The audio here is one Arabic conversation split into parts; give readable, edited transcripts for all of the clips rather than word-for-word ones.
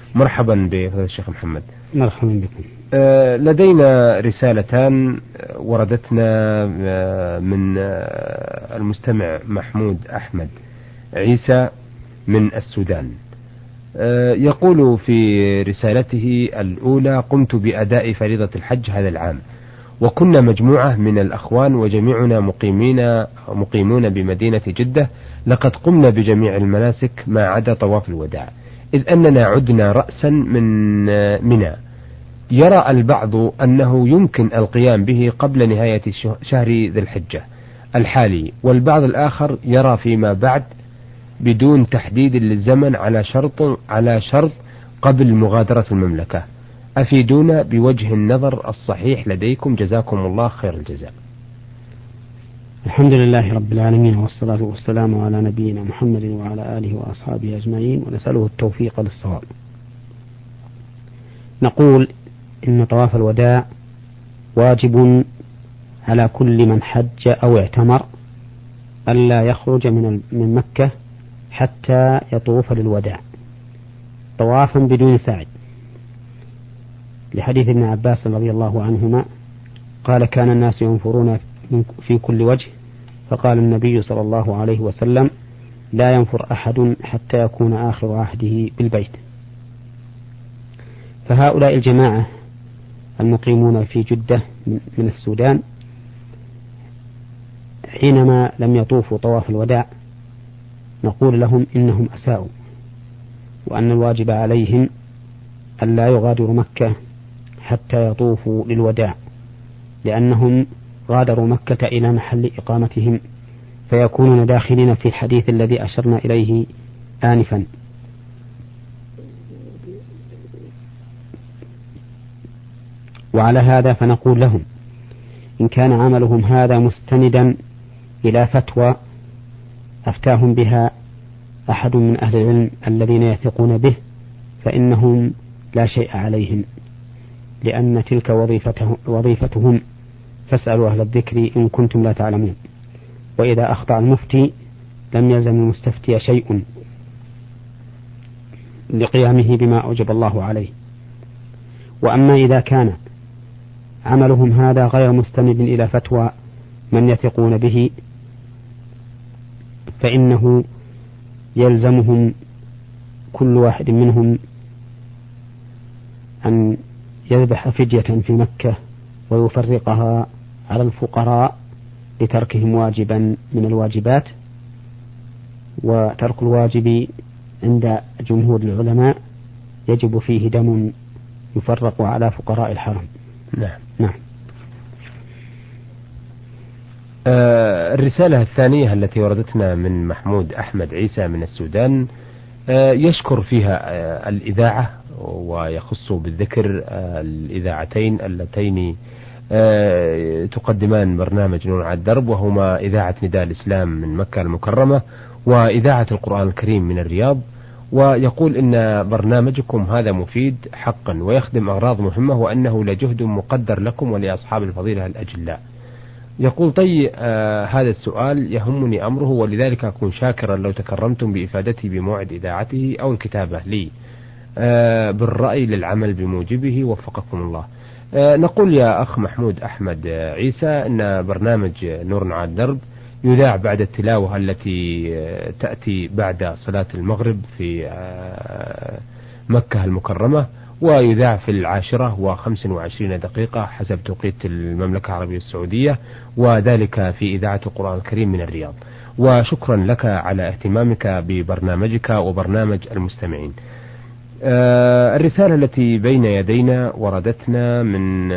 مرحبا بفضيلة الشيخ محمد. مرحبا بكم. لدينا رسالتان وردتنا من المستمع محمود أحمد عيسى من السودان. يقول في رسالته الأولى: قمت بأداء فريضة الحج هذا العام، وكنا مجموعة من الأخوان وجميعنا مقيمون بمدينة جدة. لقد قمنا بجميع المناسك ما عدا طواف الوداع، إذ أننا عدنا رأسا من منى. يرى البعض أنه يمكن القيام به قبل نهاية شهر ذي الحجة الحالي، والبعض الآخر يرى فيما بعد بدون تحديد للزمن على شرط قبل مغادرة المملكة. أفيدونا بوجه النظر الصحيح لديكم، جزاكم الله خير الجزاء. الحمد لله رب العالمين، والصلاة والسلام على نبينا محمد وعلى آله وأصحابه أجمعين، ونسأله التوفيق للصواب. نقول إن طواف الوداع واجب على كل من حج أو اعتمر ألا يخرج من مكة حتى يطوف للوداع طوافا بدون سعي، لحديث ابن عباس رضي الله عنهما قال: كان الناس ينفرون في كل وجه، فقال النبي صلى الله عليه وسلم: لا ينفر أحد حتى يكون آخر عهده بالبيت. فهؤلاء الجماعة المقيمون في جدة من السودان حينما لم يطوفوا طواف الوداع نقول لهم إنهم أساءوا، وأن الواجب عليهم أن لا يغادروا مكة حتى يطوفوا للوداع، لأنهم غادروا مكة إلى محل إقامتهم، فيكونون داخلين في الحديث الذي أشرنا إليه آنفا. وعلى هذا فنقول لهم: إن كان عملهم هذا مستندا إلى فتوى أفتاهم بها أحد من أهل العلم الذين يثقون به، فإنهم لا شيء عليهم، لأن تلك وظيفتهم، فاسألوا أهل الذكر إن كنتم لا تعلمون. وإذا أخطأ المفتي لم يلزم المستفتي شيء لقيامه بما أوجب الله عليه. وأما إذا كان عملهم هذا غير مستند إلى فتوى من يثقون به، فإنه يلزمهم كل واحد منهم أن يذبح فدية في مكة ويفرقها على الفقراء لتركهم واجبا من الواجبات، وترك الواجب عند جمهور العلماء يجب فيه دم يفرق على فقراء الحرم. نعم. الرسالة الثانية التي وردتنا من محمود أحمد عيسى من السودان، يشكر فيها الإذاعة، ويخص بالذكر الإذاعتين اللتين تقدمان برنامج نور على الدرب، وهما إذاعة نداء الإسلام من مكة المكرمة وإذاعة القرآن الكريم من الرياض. ويقول إن برنامجكم هذا مفيد حقا ويخدم أغراض مهمة، وأنه لجهد مقدر لكم ولأصحاب الفضيلة الأجلاء. يقول: هذا السؤال يهمني أمره، ولذلك أكون شاكرا لو تكرمتم بإفادتي بموعد إذاعته أو الكتابة لي بالرأي للعمل بموجبه، وفقكم الله. نقول يا أخ محمود أحمد عيسى أن برنامج نور على الدرب يذاع بعد التلاوة التي تأتي بعد صلاة المغرب في مكة المكرمة، ويذاع في 10:25 حسب توقيت المملكة العربية السعودية، وذلك في إذاعة القرآن الكريم من الرياض. وشكرا لك على اهتمامك ببرنامجك وبرنامج المستمعين. الرسالة التي بين يدينا وردتنا من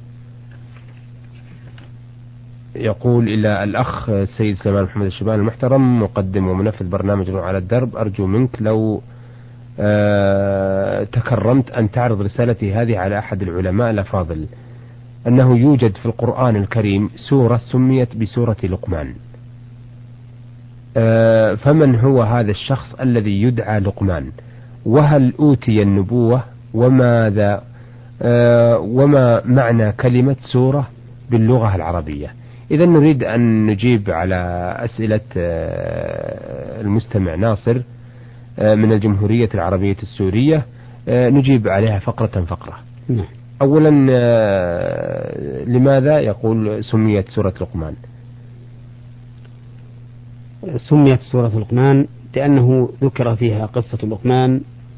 يقول: إلى الأخ السيد سليمان محمد الشبان المحترم، مقدم ومنفذ برنامج نور على الدرب، أرجو منك لو تكرمت أن تعرض رسالتي هذه على أحد العلماء الأفاضل، أنه يوجد في القرآن الكريم سورة سميت بسورة لقمان، فمن هو هذا الشخص الذي يدعى لقمان؟ وهل أوتي النبوة؟ وما معنى كلمة سورة باللغة العربية؟ إذا نريد أن نجيب على أسئلة المستمع ناصر من الجمهورية العربية السورية. نجيب عليها فقرة فقرة. نعم. أولا لماذا يقول سميت سورة لقمان؟ سميت سورة لقمان لأنه ذكر فيها قصة لقمان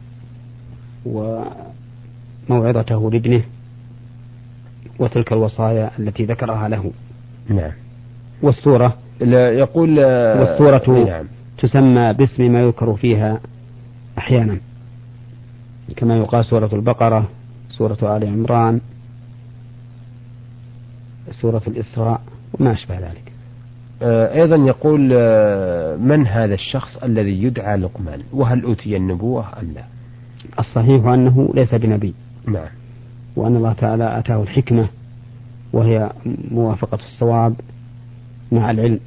وموعظته لابنه وتلك الوصايا التي ذكرها له. نعم. والسورة يقول والسورة نعم. تسمى باسم ما يذكر فيها أحيانا، كما يقال سورة البقرة، سورة آل عمران، سورة الإسراء وما أشبه ذلك. أيضا يقول من هذا الشخص الذي يدعى لقمان، وهل أوتي النبوة أم لا؟ الصحيح أنه ليس بنبي. نعم. وأن الله تعالى آتاه الحكمة وهي موافقة الصواب مع العلم،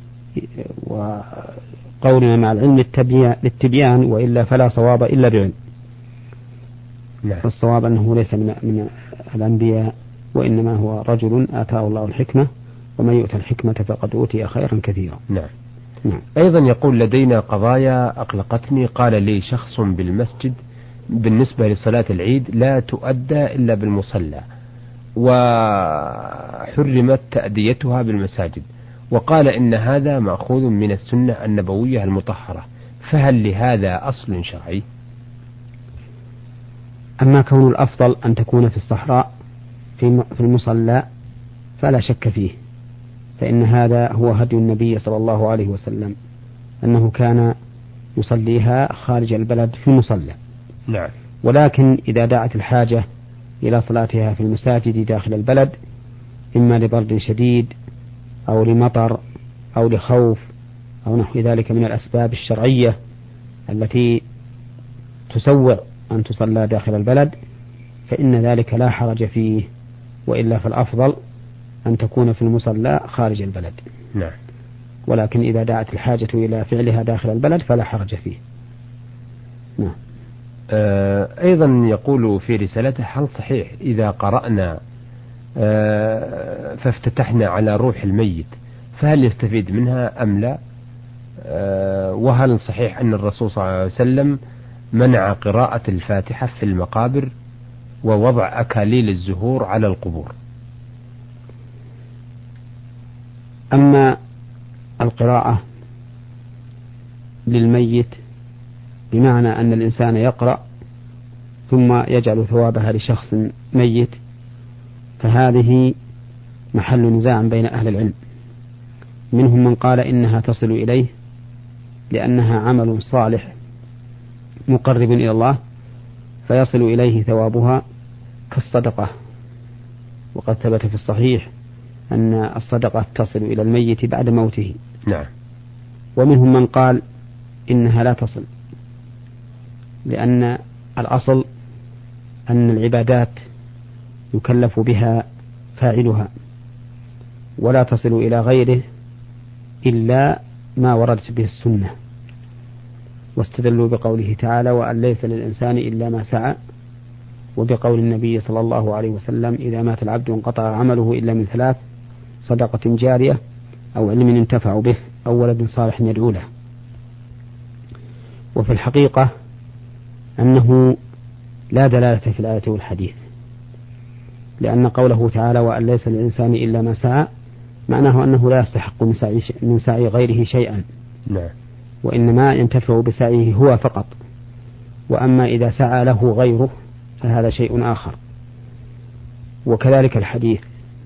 وقولنا مع العلم للتبيان، وإلا فلا صواب إلا بعلم. نعم. فالصواب أنه ليس من الأنبياء، وإنما هو رجل آتاه الله الحكمة، ومن يؤتى الحكمة فقد أوتي خيرا كثيرا. نعم. نعم. أيضا يقول لدينا قضايا أقلقتني. قال لي شخص بالمسجد بالنسبة لصلاة العيد لا تؤدى إلا بالمصلى، وحرمت تأديتها بالمساجد، وقال إن هذا مأخوذ من السنة النبوية المطهرة، فهل لهذا أصل شرعي؟ أما كون الأفضل أن تكون في الصحراء في المصلى فلا شك فيه، فإن هذا هو هدي النبي صلى الله عليه وسلم، أنه كان يصليها خارج البلد في المصلى. نعم. ولكن إذا دعت الحاجة إلى صلاتها في المساجد داخل البلد، إما لبرد شديد أو لمطر أو لخوف أو نحو ذلك من الأسباب الشرعية التي تسوغ أن تصلى داخل البلد، فإن ذلك لا حرج فيه، وإلا فالأفضل أن تكون في المصلى خارج البلد. نعم. ولكن إذا دعت الحاجة إلى فعلها داخل البلد فلا حرج فيه. نعم. أيضا يقول في رسالته هل صحيح إذا قرأنا فافتتحنا على روح الميت فهل يستفيد منها أم لا؟ وهل صحيح أن الرسول صلى الله عليه وسلم منع قراءة الفاتحة في المقابر ووضع أكاليل الزهور على القبور؟ أما القراءة للميت بمعنى أن الإنسان يقرأ ثم يجعل ثوابها لشخص ميت، فهذه محل نزاع بين أهل العلم. منهم من قال إنها تصل إليه لأنها عمل صالح مقرب إلى الله فيصل إليه ثوابها كالصدقة، وقد ثبت في الصحيح أن الصدقة تصل إلى الميت بعد موته. نعم. ومنهم من قال إنها لا تصل، لأن الأصل أن العبادات يكلف بها فاعلها ولا تصل إلى غيره إلا ما وردت به السنة، واستدلوا بقوله تعالى وأن ليس للإنسان إلا ما سعى، وبقول النبي صلى الله عليه وسلم إذا مات العبد انقطع عمله إلا من ثلاث: صدقة جارية أو علم ينتفع به أو ولد صالح يدعو له. وفي الحقيقة أنه لا دلالة في الآية والحديث، لأن قوله تعالى وأن ليس للإنسان إلا ما سعى معناه أنه لا يستحق من سعي غيره شيئا. نعم. وإنما ينتفع بسعيه هو فقط، وأما إذا سعى له غيره فهذا شيء آخر. وكذلك الحديث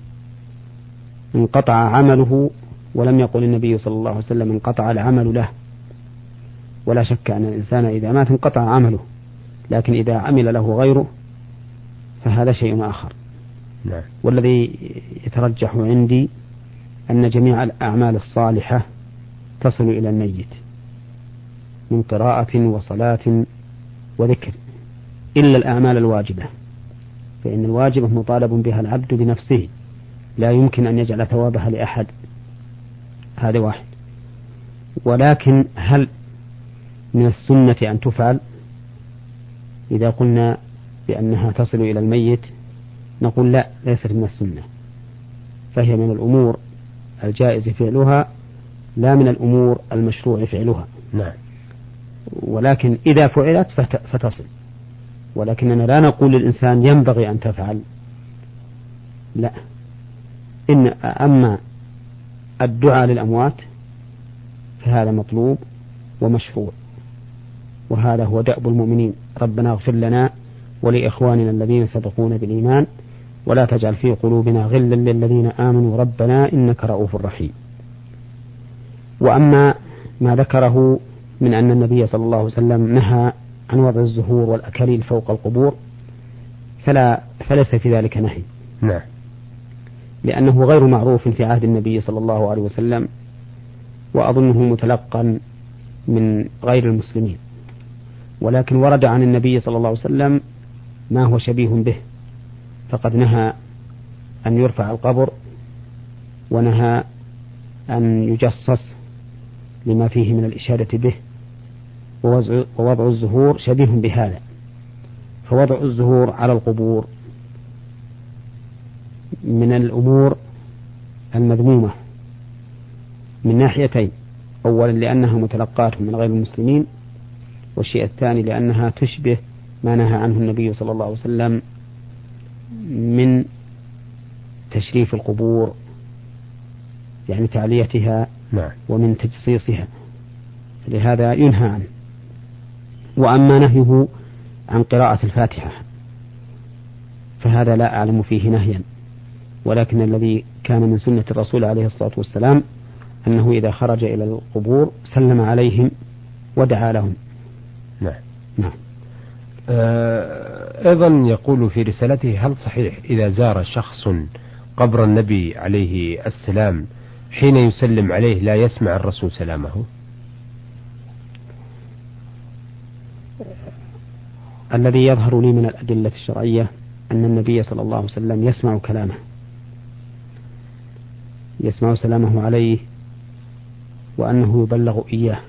انقطع عمله، ولم يقل النبي صلى الله عليه وسلم انقطع العمل له، ولا شك أن الإنسان إذا مات انقطع عمله، لكن إذا عمل له غيره فهذا شيء آخر. نعم. والذي يترجح عندي أن جميع الأعمال الصالحة تصل إلى الميت من قراءة وصلاة وذكر، إلا الأعمال الواجبة، فإن الواجبة مطالب بها العبد بنفسه، لا يمكن أن يجعل ثوابها لأحد، هذا واحد. ولكن هل من السنة أن تفعل؟ إذا قلنا بأنها تصل إلى الميت نقول لا، ليست من السنة، فهي من الأمور الجائز فعلها لا من الأمور المشروع فعلها. نعم. ولكن إذا فعلت فتصل، ولكننا لا نقول للإنسان ينبغي أن تفعل، لا، أما الدعاء للأموات فهذا مطلوب ومشروع، وهذا هو دأب المؤمنين. ربنا اغفر لنا ولإخواننا الذين سبقونا بالإيمان ولا تجعل في قلوبنا غلا للذين آمنوا ربنا إنك رؤوف رحيم. وأما ما ذكره من أن النبي صلى الله عليه وسلم نهى عن وضع الزهور والأكاليل فوق القبور فليس في ذلك نهي، نعم، لأنه غير معروف في عهد النبي صلى الله عليه وسلم، وأظنه متلقا من غير المسلمين، ولكن ورد عن النبي صلى الله عليه وسلم ما هو شبيه به، فقد نهى أن يرفع القبر، ونهى أن يجصص لما فيه من الإشارة به، ووضع الزهور شبيه بهذا. فوضع الزهور على القبور من الأمور المذمومة من ناحيتين: أولا لأنها متلقاة من غير المسلمين، والشيء الثاني لأنها تشبه ما نهى عنه النبي صلى الله عليه وسلم من تشريف القبور، يعني تعليتها ومن تجصيصها، لهذا ينهى عنه. وأما نهيه عن قراءة الفاتحة فهذا لا أعلم فيه نهيا، ولكن الذي كان من سنة الرسول عليه الصلاة والسلام أنه إذا خرج إلى القبور سلم عليهم ودعا لهم. نعم. أيضا يقول في رسالته: هل صحيح إذا زار شخص قبر النبي عليه السلام حين يسلم عليه لا يسمع الرسول سلامه؟ الذي يظهر لي من الأدلة الشرعية أن النبي صلى الله عليه وسلم يسمع كلامه، يسمع سلامه عليه، وأنه يبلغ إياه.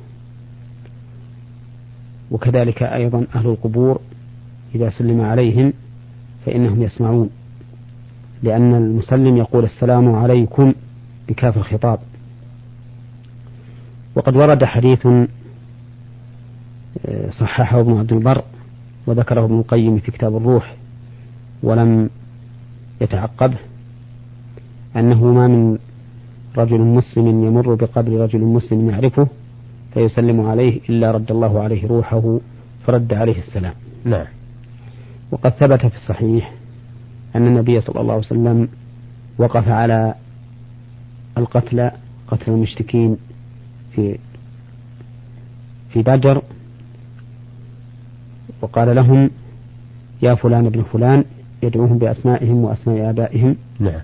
وكذلك أيضا أهل القبور إذا سلم عليهم فإنهم يسمعون، لأن المسلم يقول السلام عليكم بكاف الخطاب. وقد ورد حديث صححه ابن عبد البر وذكره ابن القيم في كتاب الروح ولم يتعقبه، أنه ما من رجل مسلم يمر بقبر رجل مسلم يعرفه فيسلم عليه إلا رد الله عليه روحه فرد عليه السلام. نعم. وقد ثبت في الصحيح أن النبي صلى الله عليه وسلم وقف على قتل المشركين في بدر، وقال لهم: يا فلان ابن فلان، يدعوهم بأسمائهم وأسماء آبائهم. نعم.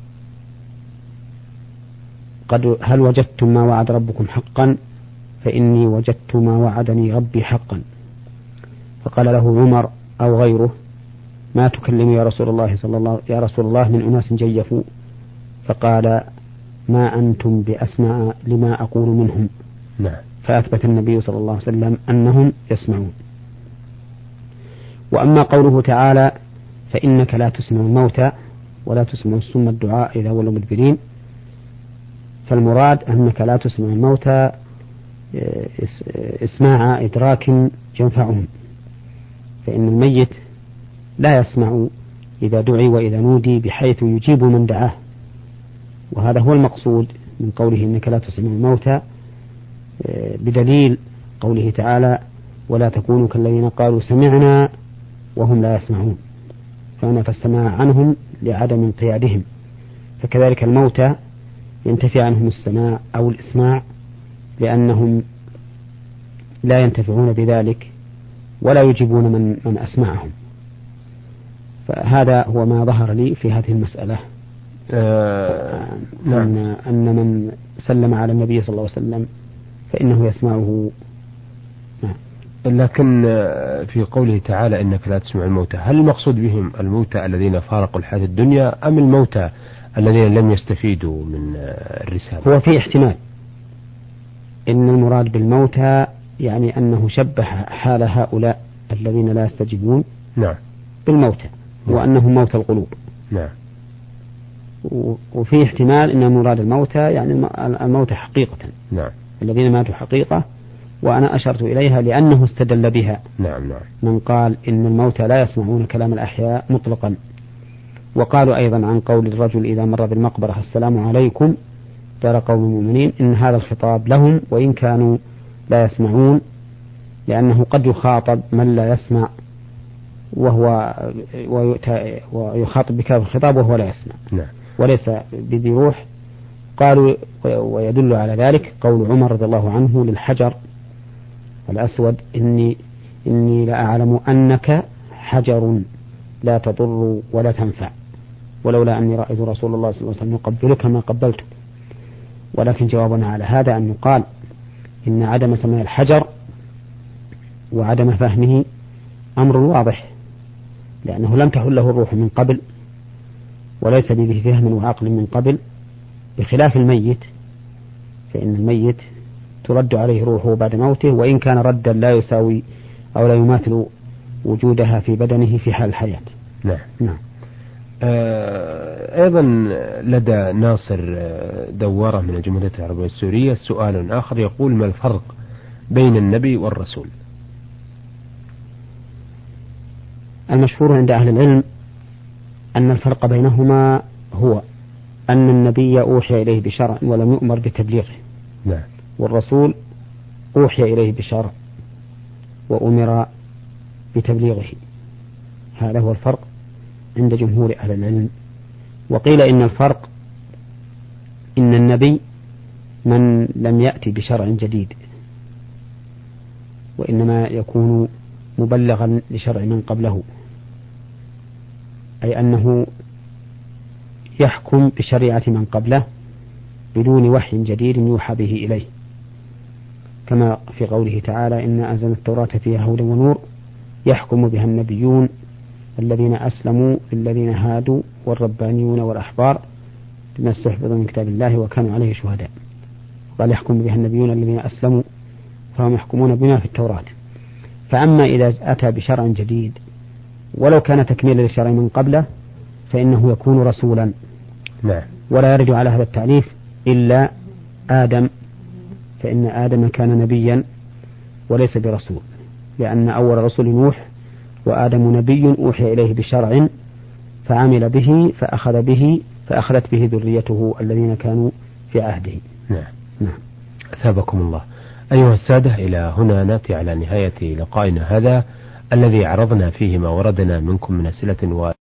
هل وجدتم ما وعد ربكم حقا؟ فإني وجدت ما وعدني ربي حقا. فقال له عمر أو غيره: ما تكلم يا رسول الله من أناس جيفوا؟ فقال: ما أنتم بأسماء لما أقول منهم. نعم. فأثبت النبي صلى الله عليه وسلم أنهم يسمعون. وأما قوله تعالى: فإنك لا تسمع الموتى ولا تسمع الصم الدعاء إذا ولوا مدبرين، فالمراد أنك لا تسمع الموتى إسماع إدراك ينفعهم، فإن الميت لا يسمع إذا دعي وإذا نودي بحيث يجيب من دعاه، وهذا هو المقصود من قوله إنك لا تسمع الموتى، بدليل قوله تعالى: ولا تكونوا كالذين قالوا سمعنا وهم لا يسمعون، فنفى السماع عنهم لعدم انقيادهم. فكذلك الموتى ينتفي عنهم السماع أو الإسماع لأنهم لا ينتفعون بذلك ولا يجيبون من أسمعهم. فهذا هو ما ظهر لي في هذه المسألة، نعم. أن من سلم على النبي صلى الله عليه وسلم فإنه يسمعه. نعم. لكن في قوله تعالى إنك لا تسمع الموتى، هل المقصود بهم الموتى الذين فارقوا الحياة الدنيا أم الموتى الذين لم يستفيدوا من الرسالة؟ هو في احتمال إن المراد بالموتى يعني أنه شبه حال هؤلاء الذين لا يستجيبون نعم بالموتى، وأنهم موتى القلوب. نعم. وفي احتمال أن مراد الموتى يعني الموتى حقيقة، نعم، الذين ماتوا حقيقة وأنا أشرت إليها لأنه استدل بها. نعم نعم. من قال إن الموتى لا يسمعون كلام الأحياء مطلقا. وقالوا أيضا عن قول الرجل إذا مر بالمقبرة السلام عليكم دار قوم المؤمنين إن هذا الخطاب لهم وإن كانوا لا يسمعون، لأنه قد يخاطب من لا يسمع ويخاطب بكاف الخطاب وهو لا يسمع. نعم. وليس بذي روح. قالوا ويدل على ذلك قول عمر رضي الله عنه للحجر الأسود إني لأعلم أنك حجر لا تضر ولا تنفع ولولا أني رأيت رسول الله صلى الله عليه وسلم يقبلك ما قبلتك. ولكن جوابنا على هذا أن يقال إن عدم سماع الحجر وعدم فهمه أمر واضح، لأنه لم تحل له الروح من قبل وليس بذي فهم وعقل من قبل، بخلاف الميت، فإن الميت ترد عليه روحه بعد موته وإن كان ردا لا يساوي أو لا يماثل وجودها في بدنه في حال الحياة. نعم. نعم. أيضا لدى ناصر دوارة من الجمهورية العربية السورية سؤال آخر يقول: ما الفرق بين النبي والرسول؟ المشهور عند أهل العلم أن الفرق بينهما هو أن النبي أوحي إليه بشرع ولم يؤمر بتبليغه. نعم. والرسول أوحي إليه بشرع وأمر بتبليغه. هذا هو الفرق عند جمهور أهل العلم. وقيل إن الفرق إن النبي من لم يأتي بشرع جديد، وإنما يكون مبلغا لشرع من قبله، أي أنه يحكم بشريعة من قبله بدون وحي جديد يوحى به إليه، كما في قوله تعالى: إنا أنزلنا التوراة فيها هدى ونور يحكم بها النبيون الذين أسلموا للذين هادوا والربانيون والأحبار بما استحفظوا من كتاب الله وكانوا عليه شهداء. قال: يحكم بها النبيون الذين أسلموا فهم يحكمون بما في التوراة. فأما إذا أتى بشرع جديد ولو كان تكميلا للشرع من قبله فإنه يكون رسولا. نعم. ولا يرد على هذا التعريف إلا آدم، فإن آدم كان نبيا وليس برسول، لأن أول رسول نوح، وآدم نبي أوحي إليه بشرع فعمل به فأخذت به ذريته الذين كانوا في عهده. نعم. نعم. أثابكم الله. أيها السادة، إلى هنا نأتي على نهاية لقائنا هذا الذي عرضنا فيه ما وردنا منكم من أسئلة